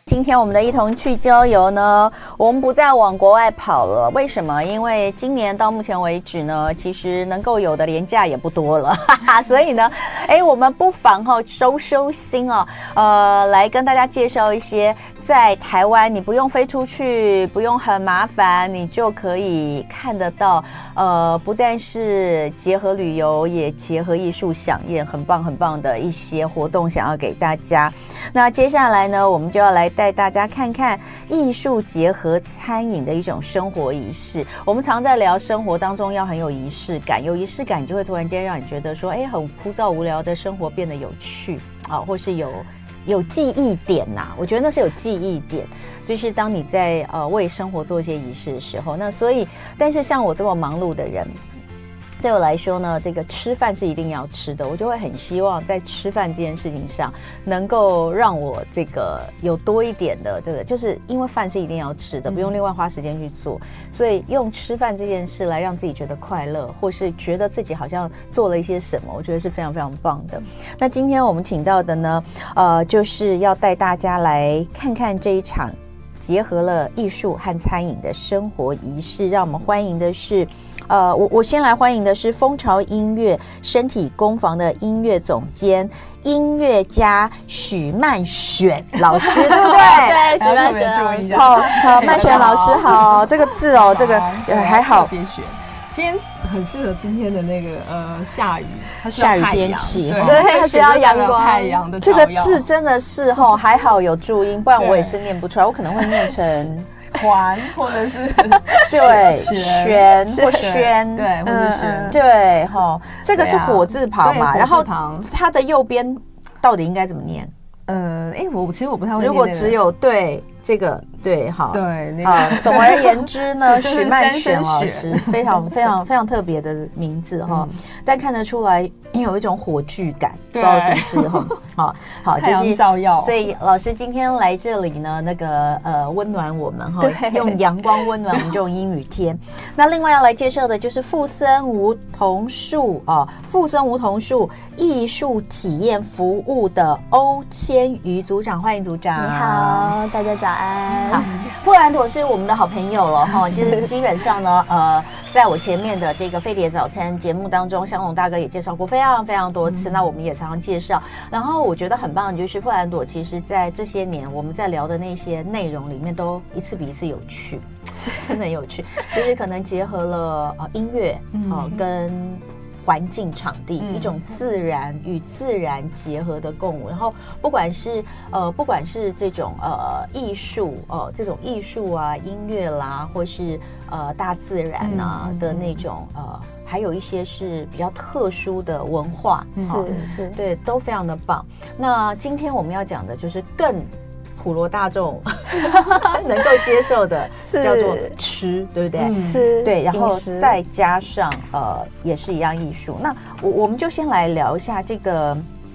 今天我们的一同去郊游呢，我们不再往国外跑了。为什么？因为今年到目前为止呢，其实能够有的连假也不多了，所以呢，我们不妨收心哦，来跟大家介绍一些在台湾你不用飞出去，不用很麻烦，你就可以看得到，不但是结合旅游，也结合艺术飨宴，很棒的一些活动，想要给大家。那接下来呢，我们就要来带大家看看艺术结合餐饮的一种生活仪式。我们常在聊生活当中要很有仪式感，有仪式感就会突然间让你觉得说，很枯燥无聊的生活变得有趣啊，或是有记忆点呐。我觉得那是有记忆点，就是当你在为生活做一些仪式的时候，那所以，但是像我这么忙碌的人，对我来说呢，这个吃饭是一定要吃的，我就会很希望在吃饭这件事情上能够让我这个有多一点的这个，就是因为饭是一定要吃的，不用另外花时间去做，所以用吃饭这件事来让自己觉得快乐，或是觉得自己好像做了一些什么，我觉得是非常非常棒的。那今天我们请到的呢，就是要带大家来看看这一场结合了艺术和餐饮的生活仪式。让我们欢迎的是我先来欢迎的是风潮音乐身体工坊的音乐总监、音乐家许曼璇老师，对不对？ 对，许曼璇老师。 好，曼璇老师好。这个字这个还好。 别选，今天很适合今天的那个下雨天气， 对，它需要阳光、太阳的。 这个字真的是还好有注音，不然我也是念不出来，我可能会念成环或者是对玄或宣， 对，或者是宣， 对这个是火字旁嘛，然后它的右边到底应该怎么念？ 其实我不太会念。 如果只有对这个对好对总而言之呢，许曼璇老师非常特别的名字但看得出来有一种火炬感，不知道是不是好， 太阳照耀。 所以老师今天来这里呢，那个温暖我们用阳光温暖我们这种阴雨天。那另外要来介绍的就是富森梧桐树富森梧桐树艺术体验服务的欧千瑜组长，欢迎组长。 你好，大家早安。 好，富兰朵是我们的好朋友了就是基本上呢，在我前面的这个飞碟早餐节目当中，香龙大哥也介绍过非常多次，那我们也常常介绍。然后我觉得很棒的就是富兰朵，其实在这些年我们在聊的那些内容里面，都一次比一次有趣，真的很有趣，就是可能结合了音乐跟环境场地，一种自然与自然结合的共舞。然后不管是这种艺术这种艺术啊、音乐啦，或是大自然啊的那种还有一些是比较特殊的文化， 是对，都非常的棒。那今天我们要讲的就是更普罗大众能够接受的，叫做吃，对不对？ 吃对，然后再加上也是一样艺术。那我们就先来聊一下这个，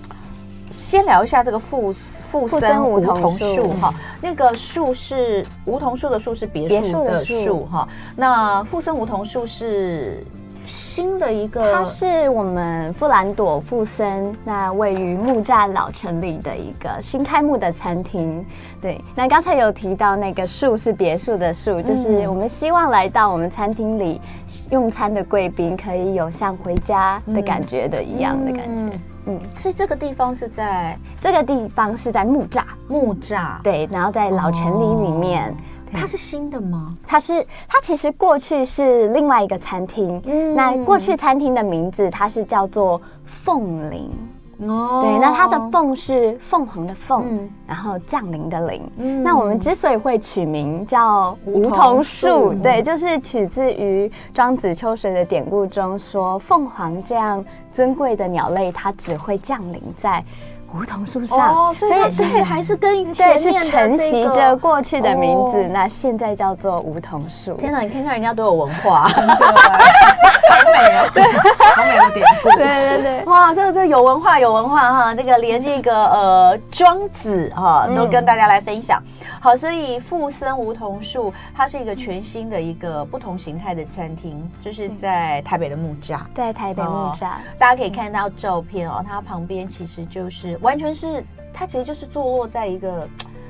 富森梧桐树那个树是梧桐树的树是别墅的树那富森梧桐树是新的一个， 它是我们富兰朵富森那位于木栅老城里的一个新开幕的餐厅。对，那刚才有提到那个树是别墅的树，就是我们希望来到我们餐厅里用餐的贵宾可以有像回家的感觉的一样的感觉。 所以这个地方是在木栅，对，然后在老城里面。 它是新的吗？ 它其实过去是另外一个餐厅，那过去餐厅的名字它是叫做凤林。对，那它的凤是凤凰的凤，然后降临的临。那我们之所以会取名叫梧桐树，对，就是取自于庄子秋水的典故中说，凤凰这样尊贵的鸟类，它只会降临在梧桐树上， 所以它其实还是跟前面的是承袭着过去的名字，那现在叫做梧桐树。 天哪，你看看人家多有文化，好美哦，对，好美的典故， 对， 哇，这个有文化哈，那个连这个庄子都跟大家来分享。好，所以富森梧桐树它是一个全新的一个不同形态的餐厅，就是在台北的木栅， 在台北木栅， 大家可以看到照片它旁边其实就是完全是它其实就是坐落在一个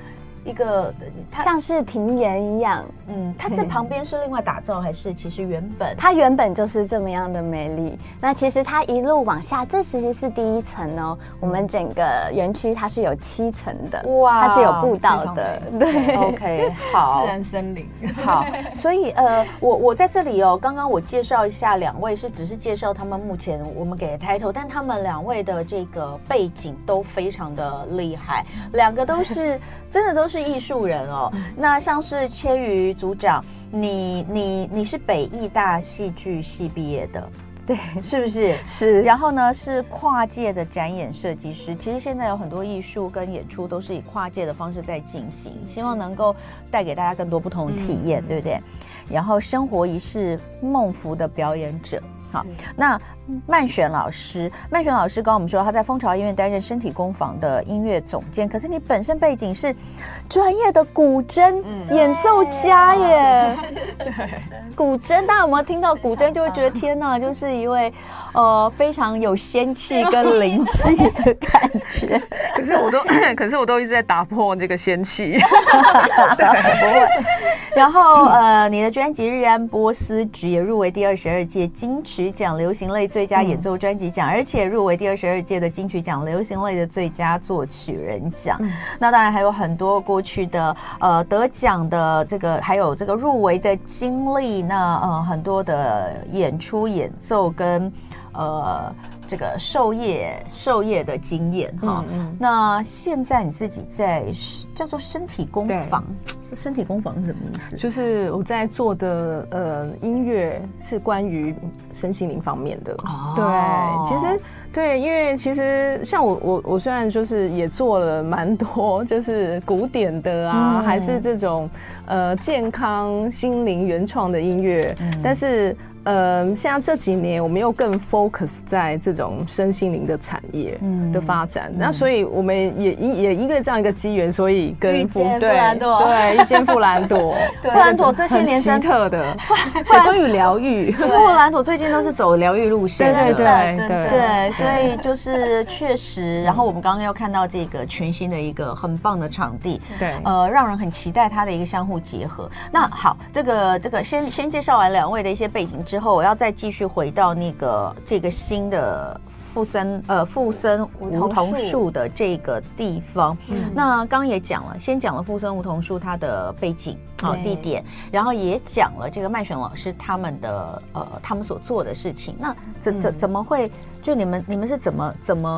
一个， 它像是庭园一样。 它这旁边是另外打造，还是其实它原本就是这么样的美丽？那其实它一路往下，这其实是第1层哦。我们整个园区它是有7层的，哇，它是有步道的，对 ，OK， 好， 自然森林， 好，所以我在这里哦，刚刚我介绍一下2位只是介绍他们目前我们给的 title， 但他们2位的这个背景都非常的厉害，2个都是真的都是艺术人哦。那像是千瑜组长，你是北艺大戏剧系毕业的。 对， 是不是？ 是。 然后呢，是跨界的展演设计师。其实现在有很多艺术跟演出都是以跨界的方式在进行，希望能够带给大家更多不同的体验，对不对？然后生活仪式梦福的表演者。好，那曼璇老师跟我们说，他在蜂巢医院担任身体工坊的音乐总监。可是你本身背景是专业的古筝演奏家耶。对，古筝，大家有没有听到古筝就会觉得天哪，就是一位非常有仙气跟灵气的感觉。 可是我都一直在打破这个仙气。 对，不会。然后你的专辑《日安波斯菊》也入围第22届金曲奖流行类最佳演奏专辑奖，而且入围第22届的金曲奖流行类的最佳作曲人奖。那当然还有很多过去的得奖的这个，还有这个入围的经历。那很多的演出演奏跟这个授业的经验哈。那现在你自己在叫做身体工坊，身体工坊是什么意思？ 就是我在做的音乐是关于身心灵方面的。对，其实对，因为其实像我虽然就是也做了蛮多，就是古典的啊，还是这种健康心灵原创的音乐，但是现在这几年我们又更 focus 在这种身心灵的产业的发展，那所以我们也因为这样一个机缘，所以跟遇见富兰朵， 对，遇见富兰朵， 富兰朵这些年很奇特的，关于疗愈， 富兰朵最近都是走疗愈路线的，对，所以就是确实，然后我们刚刚要看到这个全新的一个很棒的场地， 对， 让人很期待它的一个相互结合。那好，这个先介绍完2位的一些背景之后，我要再继续回到这个新的附生梧桐树的这个地方。那刚刚也讲了，先讲了附生梧桐树它的背景地点，然后也讲了这个曼璇老师他们所做的事情。那怎么会就你们是怎么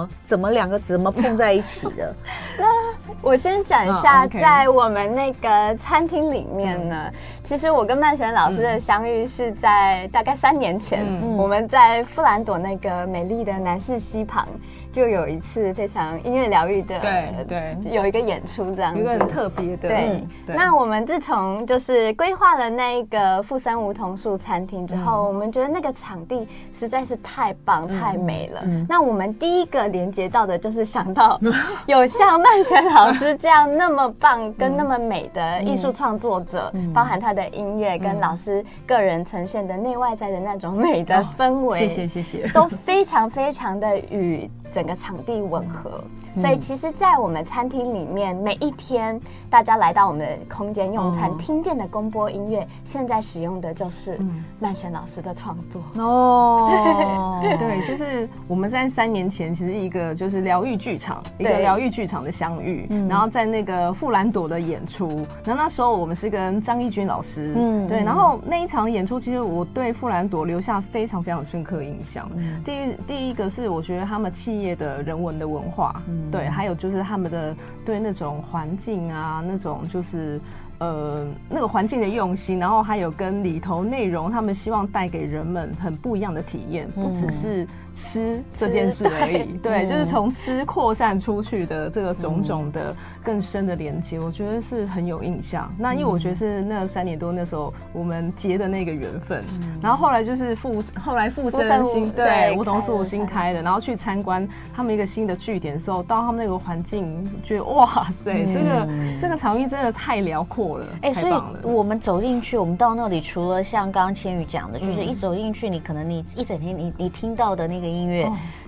2个怎么碰在一起的？ 那我先讲一下，在我们那个餐厅里面呢，其实我跟曼璇老师的相遇是在大概3年前，我们在富兰朵那个美丽的南势溪旁，就有一次非常音乐疗愈的，对，有一个演出这样子， 一个很特别的。 对，那我们自从就是规划了那个附生梧桐树餐厅之后，我们觉得那个场地实在是太棒、太美了。那我们第一个连接到的就是想到有像曼璇老师这样那么棒跟那么美的艺术创作者，包含他的音乐跟老师个人呈现的内外在的那种美的氛围， 谢谢， 都非常非常的与整个场地吻合。所以其实在我们餐厅里面，每一天大家来到我们的空间用餐，听见的公播音乐，现在使用的就是曼璇老师的创作。 对，就是我们在3年前其实一个就是疗愈剧场，一个疗愈剧场的相遇，然后在那个富兰朵的演出，然后那时候我们是跟张义军老师，对，然后那一场演出，其实我对富兰朵留下非常非常深刻的印象。第一个是我觉得他们企业的人文的文化，对，还有就是他们的对那种环境啊，那种就是那个环境的用心，然后还有跟里头内容，他们希望带给人们很不一样的体验，不只是吃这件事而已。对，就是从吃扩散出去的这个种种的更深的连接，我觉得是很有印象。那因为我觉得是那3年多那时候我们结的那个缘分，然后后来就是后来附生新对梧桐树新开的，然后去参观他们一个新的据点的时候，到他们那个环境，觉得哇塞，这个场域真的太辽阔。 所以我们走进去，我们到那里，除了像刚刚千瑜讲的，就是一走进去，你可能你一整天你听到的那个音乐，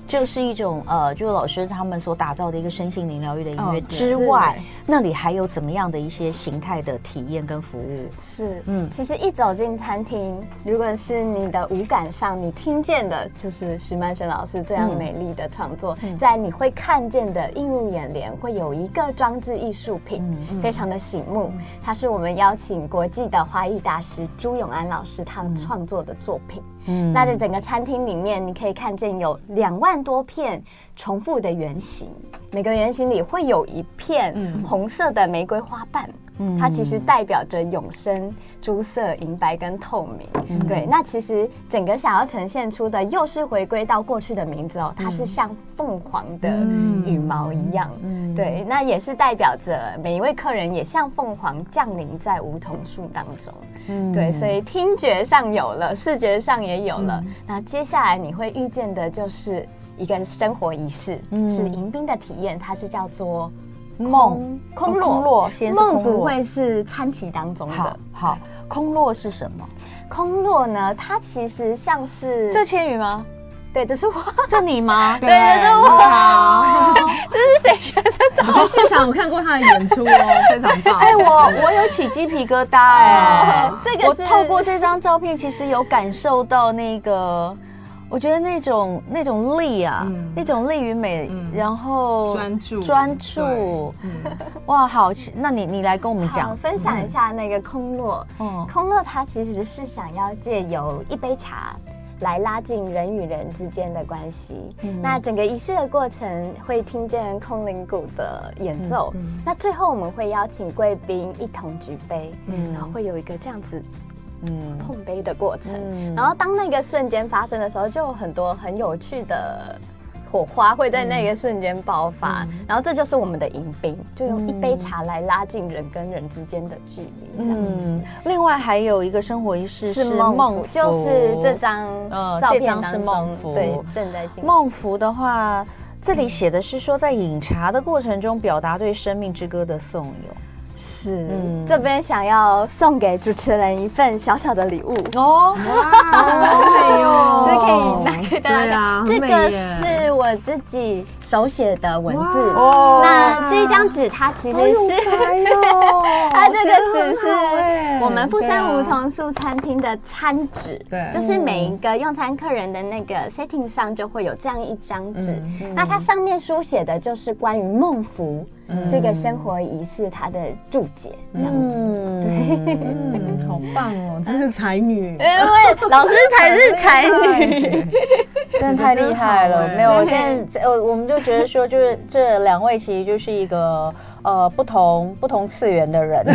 就是一种就是老师他们所打造的一个身心灵疗愈的音乐之外，那里还有怎么样的一些形态的体验跟服务？ 是，其实一走进餐厅，如果是你的五感上你听见的，就是徐曼璇老师这样美丽的创作，在你会看见的映入眼帘，会有一个装置艺术品，非常的醒目。它是我们邀请国际的花艺大师朱永安老师他们创作的作品。那在整个餐厅里面，你可以看见有2万多片重复的圆形，每个圆形里会有一片红色的玫瑰花瓣，它其实代表着永生、朱色、银白跟透明。对，那其实整个想要呈现出的又是回归到过去的名字哦，它是像凤凰的羽毛一样。对，那也是代表着每一位客人也像凤凰降临在梧桐树当中。对，所以听觉上有了，视觉上也有了。那接下来你会遇见的就是一个生活仪式，是迎宾的体验，它是叫做空落，梦福会是餐期当中的。 好，空落是什么？ 空落呢，它其实像是这千羽吗？ 对，这是我。 这你吗？ 对，这是我。这是谁选的？ 在现场我看过他的演出哦，非常棒。 我有起鸡皮疙瘩这个我透过这张照片，其实有感受到那个。我觉得那种力啊，那种力与美，然后专注，哇，好，那你来跟我们讲， 分享一下那个空落。空落它其实是想要借由一杯茶来拉近人与人之间的关系。那整个仪式的过程会听见空灵鼓的演奏，那最后我们会邀请贵宾一同举杯，然后会有一个这样子。碰杯的过程，然后当那个瞬间发生的时候，就有很多很有趣的火花会在那个瞬间爆发，然后这就是我们的迎宾，就用一杯茶来拉近人跟人之间的距离，这样子。 另外还有一个生活仪式是梦福， 就是这张照片当中， 是梦福， 对，正在进行。 梦福的话，这里写的是说，在饮茶的过程中，表达对生命之歌的颂咏。 是，这边想要送给主持人一份小小的礼物哦， 是可以拿给大家。这个是我自己手写的文字。那这一张纸它其实是，它这个纸是我们富山梧桐树餐厅的餐纸，对，就是每一个用餐客人的那个 setting 上就会有这样一张纸，那它上面书写的就是关于梦福。这个生活仪式它的注解这样子， 对，好棒哦，真是才女，因为老师才是才女， 真的太厉害了。没有，现在我们就觉得说，就是这2位其实就是一个不同次元的人，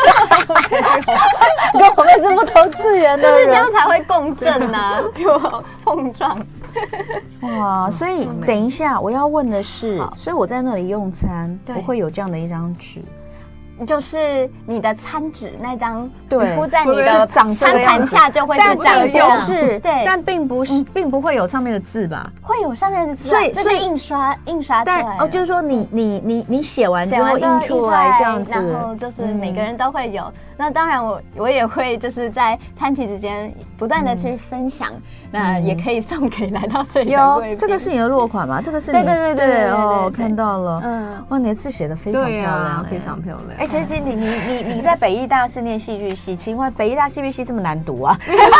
跟我们是不同次元的人， 这样才会共振啊，有碰撞。 哇，所以等一下我要问的是，所以我在那里用餐不会有这样的一张纸， 就是你的餐纸那张， 对， 铺在你的餐盘下就会是长这样， 对，但并不会有上面的字吧？ 会有上面的字，所以这是印刷出来的。 就是说你写完之后印出来这样子， 然后就是每个人都会有。那当然我也会就是在餐期之间不断的去分享。那也可以送给来到这里的贵宾。 这个是你的落款吗？这个是你对哦，看到了。哇，你的字写得非常漂亮， 非常漂亮。 其实你在北艺大是念戏剧系，请问北艺大戏剧系这么难读啊？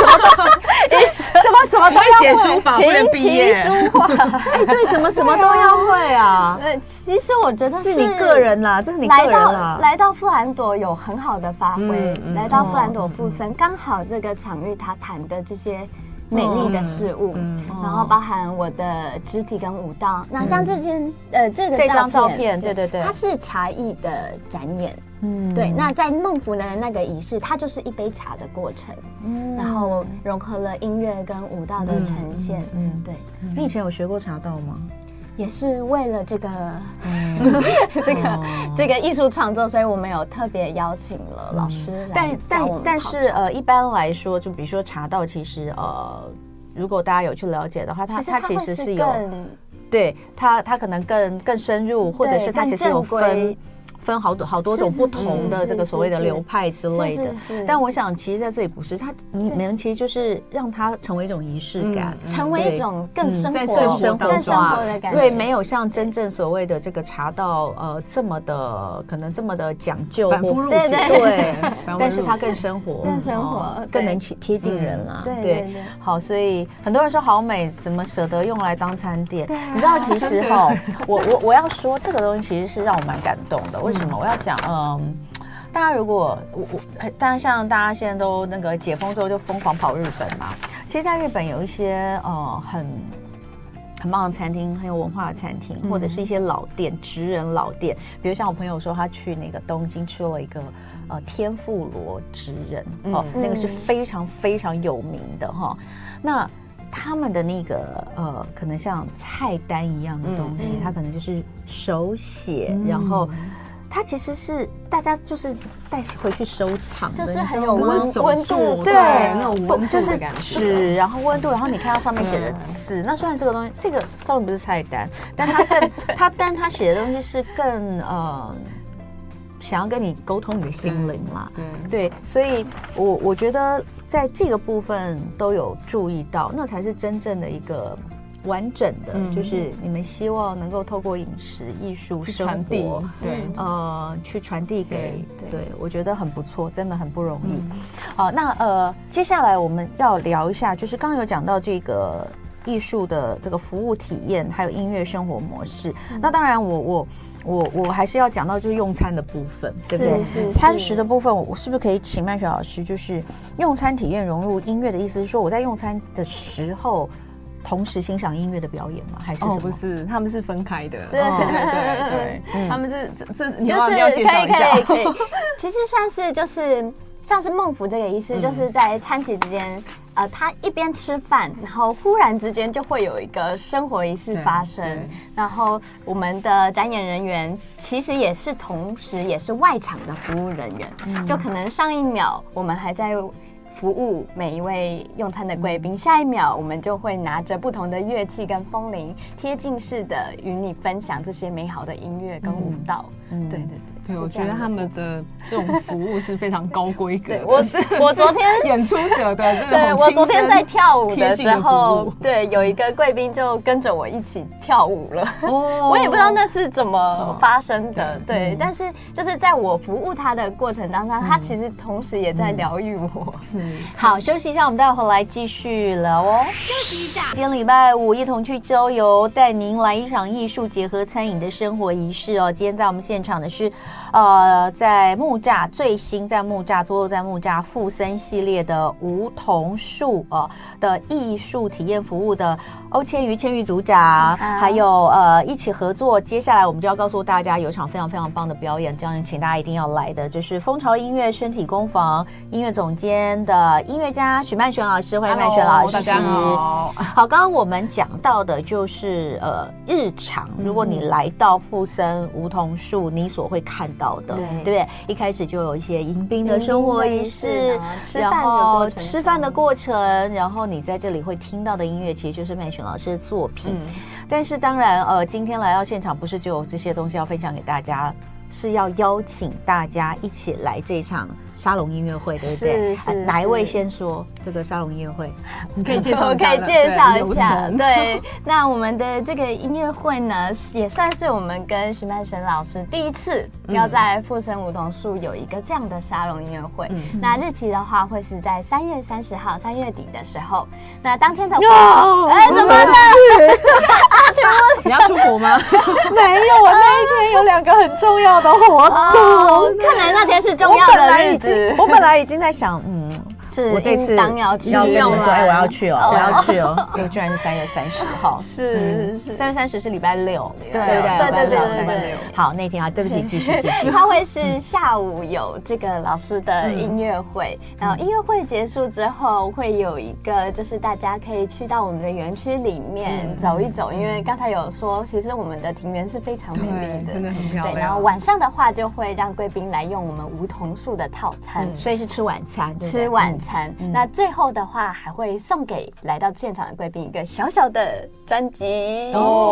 什么都要写书法，不能毕业。 书画， 对，怎么什么都要会啊？ 其实我觉得是你个人啦，这是你个人啦。 来到富兰朵有很好的发挥，来到富兰朵附森，刚好这个场域他谈的这些。美丽的事物，然后包含我的肢体跟舞蹈。那像这张照片，对，它是茶艺的展演。对。那在梦福的那个仪式，它就是一杯茶的过程，然后融合了音乐跟舞蹈的呈现。对。 你以前有学过茶道吗？ 也是为了这个这个艺术创作，所以我们有特别邀请了老师来教我们。 但是一般来说，就比如说茶道，其实如果大家有去了解的话，它其实是有，对它可能更深入，或者是它其实有分好多种不同的这个所谓的流派之类的。但我想，其实在这里不是，你们其实就是让它成为一种仪式感， 成为一种更生活的感觉。 所以没有像真正所谓的这个茶道这么的可能这么的讲究反复入境， 对，但是它更生活，更能贴近人啦。对，好，所以很多人说好美，怎么舍得用来当餐店？你知道，其实我要说这个东西其实是让我蛮感动的。为什么？我要讲，大家如果当然像大家现在都那个解封之后就疯狂跑日本嘛，其实在日本有一些很棒的餐厅，很有文化的餐厅，或者是一些老店，职人老店。比如像我朋友说，他去那个东京吃了一个天妇罗职人，那个是非常非常有名的哈。那他们的那个可能像菜单一样的东西，它可能就是手写，然后它其实是大家就是带回去收藏的， 就是很有温度， 对， 那种温度的感觉， 就是纸，然后温度，然后你看到上面写的字，那虽然这个东西，这个上面不是菜单，但他写的东西是更想要跟你沟通你的心灵啦，对，所以我觉得在这个部分都有注意到，那才是真正的一个完整的，就是你们希望能够透过饮食、艺术、生活， 对， 去传递给，对，我觉得很不错，真的很不容易。好，那接下来我们要聊一下，就是刚刚有讲到这个艺术的这个服务体验，还有音乐生活模式。那当然我还是要讲到就是用餐的部分，对不对？餐食的部分，我是不是可以请曼雪老师，就是用餐体验融入音乐的意思是说，我在用餐的时候同时欣赏音乐的表演吗？还是什么？ 不是，他们是分开的。 对， 他们是你就是要介绍一下。 可以。其实算是就是像是孟府这个仪式，就是在餐期之间。他一边吃饭，然后忽然之间就会有一个生活仪式发生，然后我们的展演人员其实也是同时也是外场的服务人员，就可能上一秒我们还在服务每一位用餐的贵宾，下一秒我们就会拿着不同的乐器跟风铃，贴近式的与你分享这些美好的音乐跟舞蹈。对， 我觉得他们的这种服务是非常高规格的。 我昨天演出者的这种对，我昨天在跳舞的时候，对，有一个贵宾就跟着我一起跳舞了。我也不知道那是怎么发生的，对，但是就是在我服务他的过程当中，他其实同时也在疗愈我。 好，休息一下，我们待会儿来继续聊哦。休息一下，今天礼拜五一同去郊游，带您来一场艺术结合餐饮的生活仪式哦。今天在我们现场的是在木栅最新在木栅坐落在木栅富森系列的梧桐树的艺术体验服务的欧千瑜组长，还有一起合作。接下来我们就要告诉大家，有一场非常非常棒的表演，这样请大家一定要来的，就是蜂巢音乐身体工坊音乐总监的音乐家许曼璇老师，欢迎曼璇老师。 大家好。 好，刚刚我们讲到的就是日常，如果你来到富森梧桐树，你所会看到的，对不对？一开始就有一些迎宾的生活仪式，然后吃饭的过程，然后你在这里会听到的音乐，其实就是曼璇老师的作品。但是当然，今天来到现场，不是只有这些东西要分享给大家，是要邀请大家一起来这场沙龙音乐会，对不对？是哪一位先说这个沙龙音乐会？ 你可以介绍一下。 我可以介绍一下。对，那我们的这个音乐会呢，也算是我们跟许曼璇老师第一次要在富森梧桐树有一个这样的沙龙音乐会。那日期的话会是在3月30号，3月底的时候。那当天的话，怎么了？ 你要出国吗？ 没有，我那一天有2个很重要的活动。 看来那天是重要的日子。 我本来已经在想，我这次当要去， 要跟你们说，我要去哦，我要去哦。结果居然是3月30号， 是 3月30是礼拜六，对不对？对。 好，那天对不起，继续。 它会是下午有这个老师的音乐会，然后音乐会结束之后会有一个，就是大家可以去到我们的园区里面走一走，因为刚才有说，其实我们的庭园是非常美丽的， 真的很漂亮。 对，然后晚上的话就会让贵宾来用我们梧桐树的套餐， 所以是吃晚餐。 那最后的话还会送给来到现场的贵宾一个小小的专辑。 对，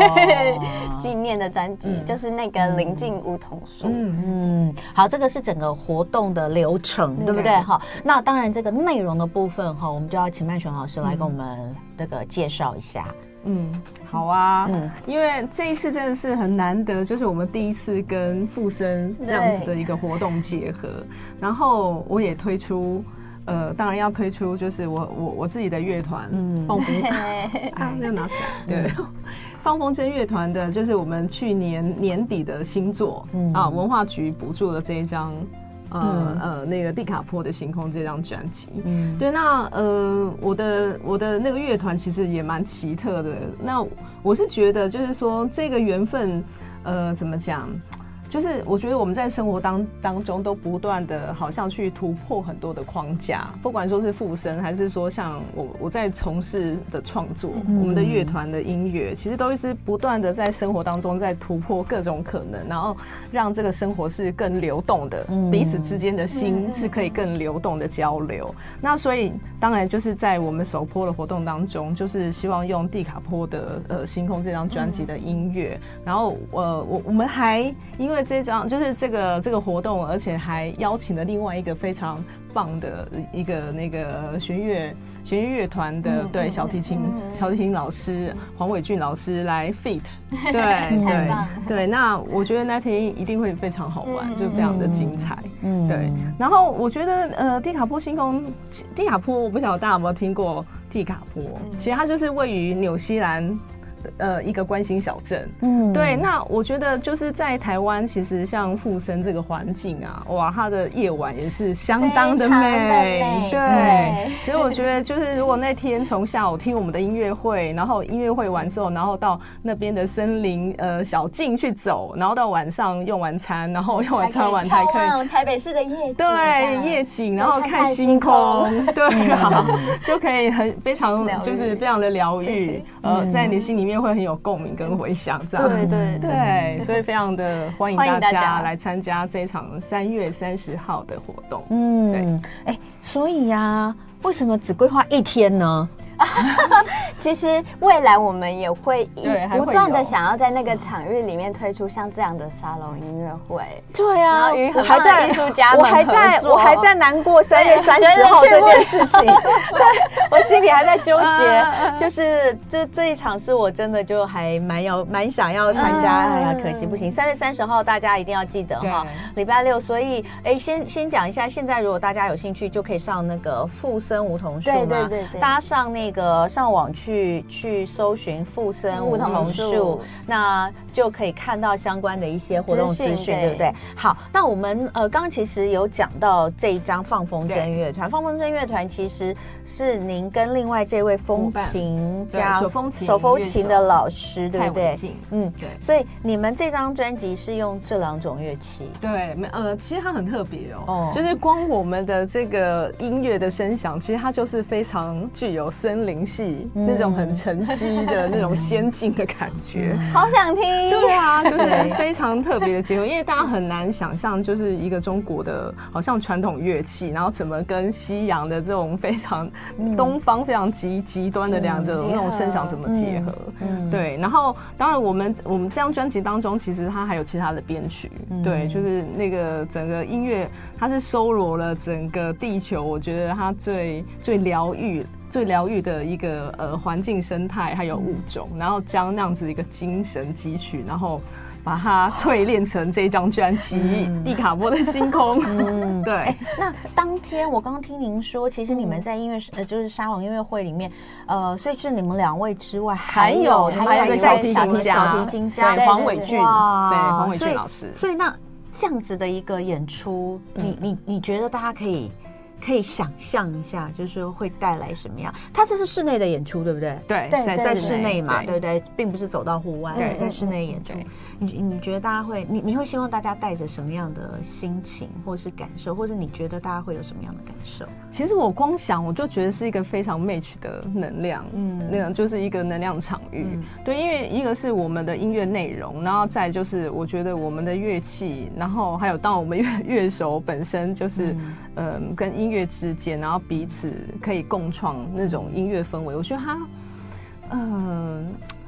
纪念的专辑，就是那个临近梧桐树。 好，这个是整个活动的流程，对不对？好，那当然这个内容的部分哈，我们就要请曼璇老师来跟我们这个介绍一下。 好啊，因为这一次真的是很难得，就是我们第一次跟附生这样子的一个活动结合，然后我也推出。当然要推出就是我自己的乐团，放风那个拿起来，对，放风筝乐团的，就是我们去年年底的新作文化局补助了这一张那个蒂卡波的星空这张专辑，对，那我的那个乐团其实也蛮奇特的，那我是觉得就是说这个缘分，怎么讲？就是我觉得我们在生活当中都不断的好像去突破很多的框架，不管说是附身还是说像我在从事的创作，我们的乐团的音乐其实都是不断的在生活当中在突破各种可能，然后让这个生活是更流动的，彼此之间的心是可以更流动的交流。那所以当然就是在我们首波的活动当中，就是希望用蒂卡波的星空这张专辑的音乐，然后我们还因为这张就是这个活动，而且还邀请了另外一个非常棒的一个那个弦乐团的对小提琴老师黄伟俊老师来 feat， 对，那我觉得那天一定会非常好玩，就非常的精彩，对。然后我觉得蒂卡波星空，蒂卡波我不晓得大家有没有听过蒂卡波，其实它就是位于纽西兰。一个观星小镇，对，那我觉得就是在台湾，其实像附生这个环境啊，哇，它的夜晚也是相当的美，对，所以我觉得就是如果那天从下午听我们的音乐会，然后音乐会完之后，然后到那边的森林小径去走，然后到晚上用完餐，然后用完餐完还可以台北市的夜景， 对，夜景，然后看星空，对啊，就可以非常就是非常的疗愈，在你心里面会很有共鸣跟回响，这样对，所以非常的欢迎大家来参加这场3月30号的活动。 对，所以呀，为什么只规划1天呢？ 其实未来我们也会不断的想要在那个场域里面推出像这样的沙龙音乐会。 对啊， 然后与很棒的艺术家们我还在难过3月30号这件事情，对我心里还在纠结，就这一场是我真的就还蛮想要参加，哎呀，可惜不行。3月30号大家一定要记得哈，礼拜六。所以先讲一下，现在如果大家有兴趣，就可以上那个附生梧桐树嘛，对，大家上网去搜寻附生梧桐树，那就可以看到相关的一些活动资讯，对不对？好，那我们刚刚其实有讲到这一张放风筝乐团，放风筝乐团其实是您跟另外这位风琴家手风琴的老师，对不对？对。所以你们这张专辑是用这2种乐器？ 对，其实它很特别哦，就是光我们的这个音乐的声响，其实它就是非常具有森林系那种很晨曦的那种仙境的感觉， 好想听。 对啊，就是非常特别的结合，因为大家很难想象，就是一个中国的好像传统乐器，然后怎么跟西洋的这种非常东方非常极端的两种那种声响怎么结合？对，然后当然我们这张专辑当中，其实它还有其他的编曲，对，就是那个整个音乐，它是收罗了整个地球，我觉得它最疗愈的一个环境生态还有物种，然后将那样子一个精神汲取，然后把它淬炼成这张专辑《蒂卡波的星空》。对。 那当天我刚刚听您说，其实你们在音乐就是沙龙音乐会里面，所以是你们2位之外，还有一个小提琴家， 对，黄伟俊，对，黄伟俊老师。 所以那这样子的一个演出，你觉得大家可以想象一下，就是说会带来什么样？它这是室内的演出，对不对？ 对， 在室内嘛，对不对？并不是走到户外，在室内演出。你觉得大家会，你会希望大家带着什么样的心情，或是感受，或是你觉得大家会有什么样的感受？ 其实我光想，我就觉得是一个非常 match 的能量，那种就是一个能量场域。对，因为一个是我们的音乐内容，然后再就是我觉得我们的乐器，然后还有当我们乐手本身就是跟音乐之间，然后彼此可以共创那种音乐氛围，我觉得它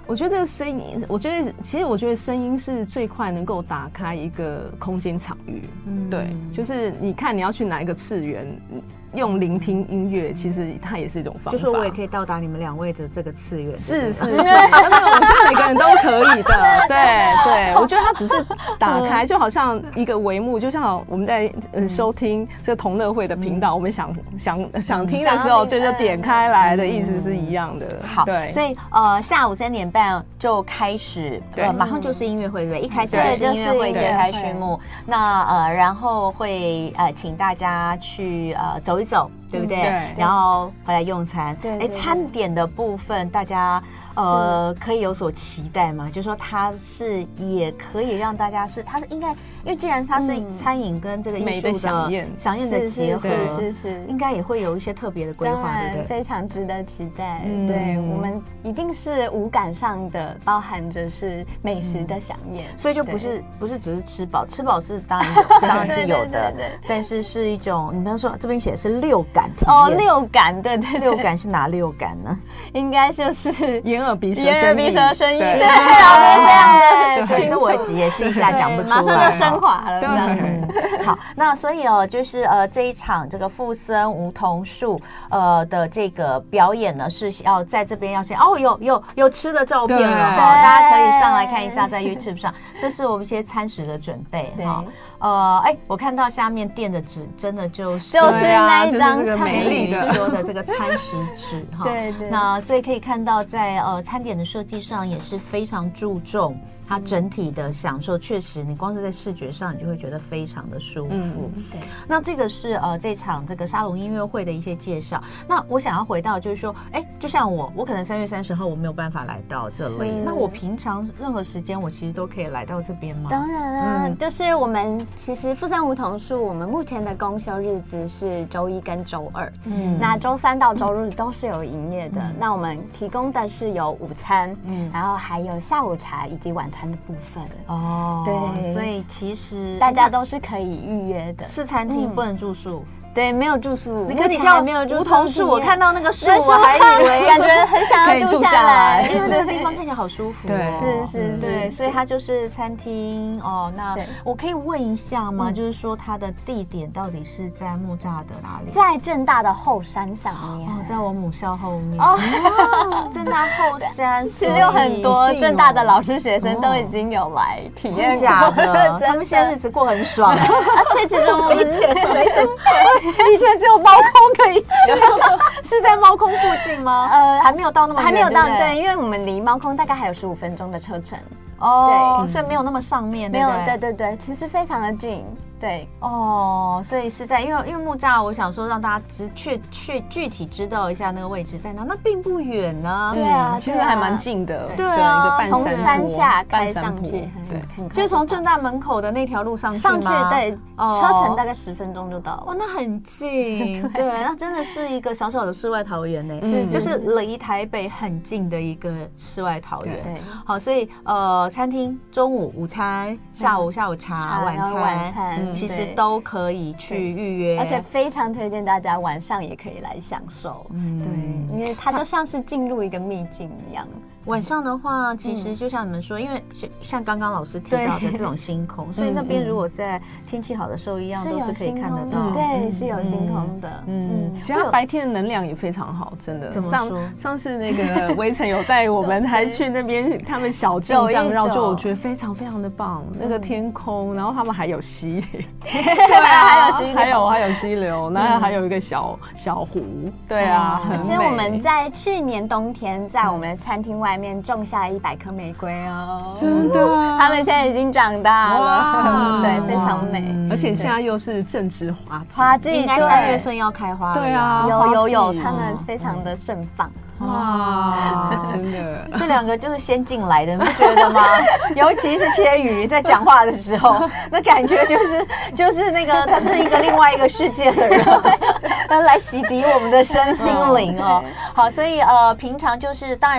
我觉得这个声音，我觉得声音是最快能够打开一个空间场域。对，就是你看你要去哪一个次元，用聆听音乐，其实它也是一种方法。 就是我也可以到达你们2位的这个次元。 是，我觉得每个人都可以的。对，我觉得它只是打开，就好像一个帷幕，就像我们在收听这个同乐会的频道，我们想听的时候，就点开来的意思是一样的。 好，对，所以下午3点半就开始，马上就是音乐会，对，一开始就是音乐会揭开序幕。那然后会请大家去走一走，对不对？然后回来用餐。餐点的部分大家可以有所期待吗？就是说它是也可以让大家它是应该，因为既然它是餐饮跟这个艺术的响应的结合， 是应该也会有一些特别的规划，对不对？ 非常值得期待。对，我们一定是五感上的，包含着是美食的飨宴， 所以就不是只是吃饱是当然是有的，但是是一种，你比方说这边写的是6感体验。 6感，对 ，6感是哪6感呢？ 应该就是眼耳鼻舌身意， 对， 非常的对，这我解释一下讲不出来， 马上就升华了。 好，那所以就是这一场这个附森梧桐树的这个表演呢，是要在这边要先有吃的照片了哈，大家可以上来看一下，在 YouTube 上，这是我们一些餐食的准备哈。我看到下面垫的纸真的就是那一张美丽说的这个餐食纸哈。对，那所以可以看到在餐点的设计上也是非常注重它整体的享受，确实你光是在视觉上你就会觉得非常的舒服。 对， 那这个是这场这个沙龙音乐会的一些介绍。那我想要回到就是说，就像我可能3月30号我没有办法来到这里，那我平常任何时间我其实都可以来到这边吗？ 当然啊，就是我们其实附森梧桐树我们目前的公休日子是周1跟周2，那周3到周日都是有营业的。那我们提供的是有午餐，然后还有下午茶以及晚餐的部分。对， 所以其实大家都是可以预约的， 是餐厅不能住宿。 对，没有住宿。 你看你叫梧桐树，我看到那个树，我还以为感觉很想要住下来， 因为那个地方看起来好舒服。 对，是， 对，所以它就是餐厅哦。那我可以问一下吗？就是说它的地点到底是在木栅的哪里？ 在正大的后山上面。 在我母校后面。正大后山， 其实有很多正大的老师学生都已经有来体验过。 假的，他们现在日子过很爽。 而且其实我们以前只有猫空可以去，是在猫空附近吗？还没有到那么远， 还没有到，对，因为我们离猫空大概还有15分钟的车程。 对，所以没有那么上面， 没有，对，其实非常的近。对所以是在因为木栅，我想说让大家具体知道一下那个位置在哪，那并不远呢。 对啊， 其实还蛮近的。 对啊， 从山下开上去， 对，就是从正大门口的那条路上去吗？ 对，车程大概10分钟就到了。 那很近。对，那真的是一个小小的世外桃源呢，就是离台北很近的一个世外桃源。对，好，所以餐厅中午午餐，下午茶，晚餐。其实都可以去预约， 而且非常推荐大家晚上也可以来享受。对，因为它就像是进入一个秘境一样。 晚上的话，其实就像你们说，因为像刚刚老师提到的这种星空，所以那边如果在天气好的时候，一样都是可以看得到。 对，是有星空的。 其实白天的能量也非常好，真的。 怎么说？ 上次那个微尘有带我们还去那边，他们小径这样绕，就我觉得非常非常的棒。那个天空，然后他们还有溪， 对啊， 还有溪流，那还有一个小湖，对啊，很美。 而且我们在去年冬天在我们的餐厅外面种下了100颗玫瑰哦， 真的， 它们现在已经长大了，对，非常美。 而且现在又是正值花季， 应该3月份要开花了。 对啊， 有，它们非常的盛放。 哇，真的， 这2个就是先进来的，你不觉得吗？尤其是切鱼在讲话的时候，那感觉就是那个他是一个另外一个世界的人，来洗涤我们的身心灵哦。好，所以平常就是当然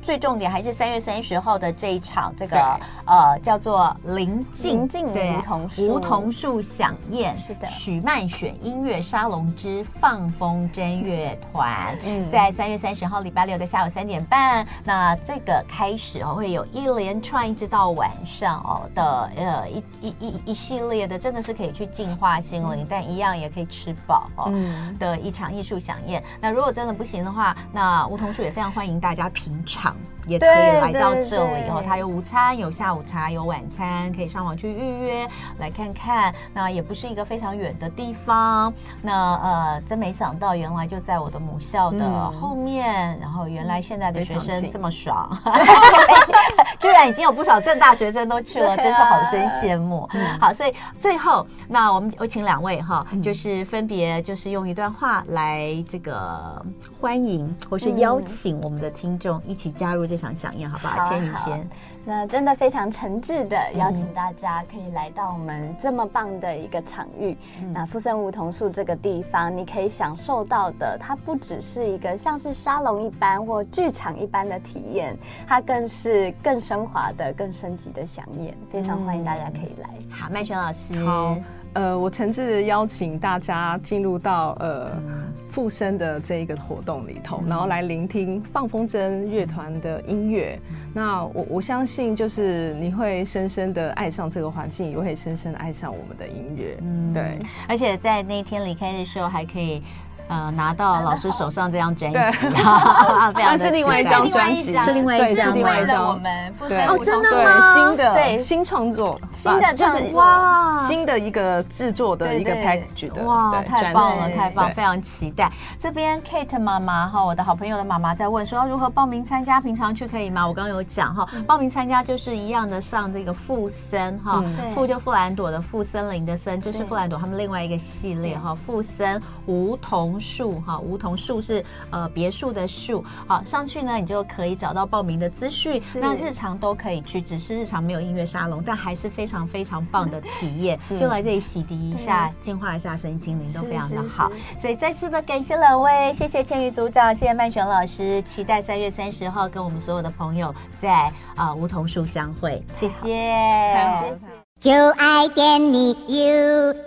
最重点还是3月30号的这一场这个叫做临近梧桐树响宴， 是的， 许曼选音乐沙龙之放风筝乐团，在3月30号礼拜六的下午3点半，那这个开始会有一连串一直到晚上的一系列的，真的是可以去净化心灵，但一样也可以吃饱的一场艺术飨宴。那如果真的不行的话，那梧桐树也非常欢迎大家品尝，也可以来到这里它有午餐、有下午茶、有晚餐，可以上网去预约来看看。那也不是一个非常远的地方。那真没想到，原来就在我的母校的后面。然后原来现在的学生这么爽，居然已经有不少政大学生都去了，真是好生羡慕。好，所以最后那我请2位就是分别就是用一段话来这个欢迎或是邀请我们的听众一起加入这场飨宴，好不好？千瑜先。 那真的非常诚挚的邀请大家可以来到我们这么棒的一个场域。那富森梧桐树这个地方，你可以享受到的，它不只是一个像是沙龙一般或剧场一般的体验，它更是更升华的、更升级的飨宴。非常欢迎大家可以来。 好，麦璇老师。 好。我诚挚的邀请大家进入到富森的这一个活动里头，然后来聆听放风筝乐团的音乐。那我相信，就是你会深深的爱上这个环境，也会深深的爱上我们的音乐。对， 而且在那天离开的时候，还可以拿到老师手上这张专辑， 那是另外一张专辑， 是另外一张， 我们富森梧桐树真的吗？ 新创作， 新的创作， 哇，新的一个制作的一个 package 的， 哇，太棒了，太棒，非常期待。这边 Kate 妈妈我的好朋友的妈妈在问说，如何报名参加？平常去可以吗？我刚刚有讲报名参加就是一样的，上这个富森富就富兰朵的富，森林的森，就是富兰朵他们另外一个系列富森梧桐树梧桐树是别墅的树。好，上去呢你就可以找到报名的资讯。那日常都可以去，只是日常没有音乐沙龙，但还是非常非常棒的体验。就来这里洗涤一下，净化一下身心灵，都非常的好。所以再次的感谢2位，谢谢千瑜组长，谢谢曼璇老师，期待3月30号跟我们所有的朋友在梧桐树相会。谢谢， 就爱点你 UFO。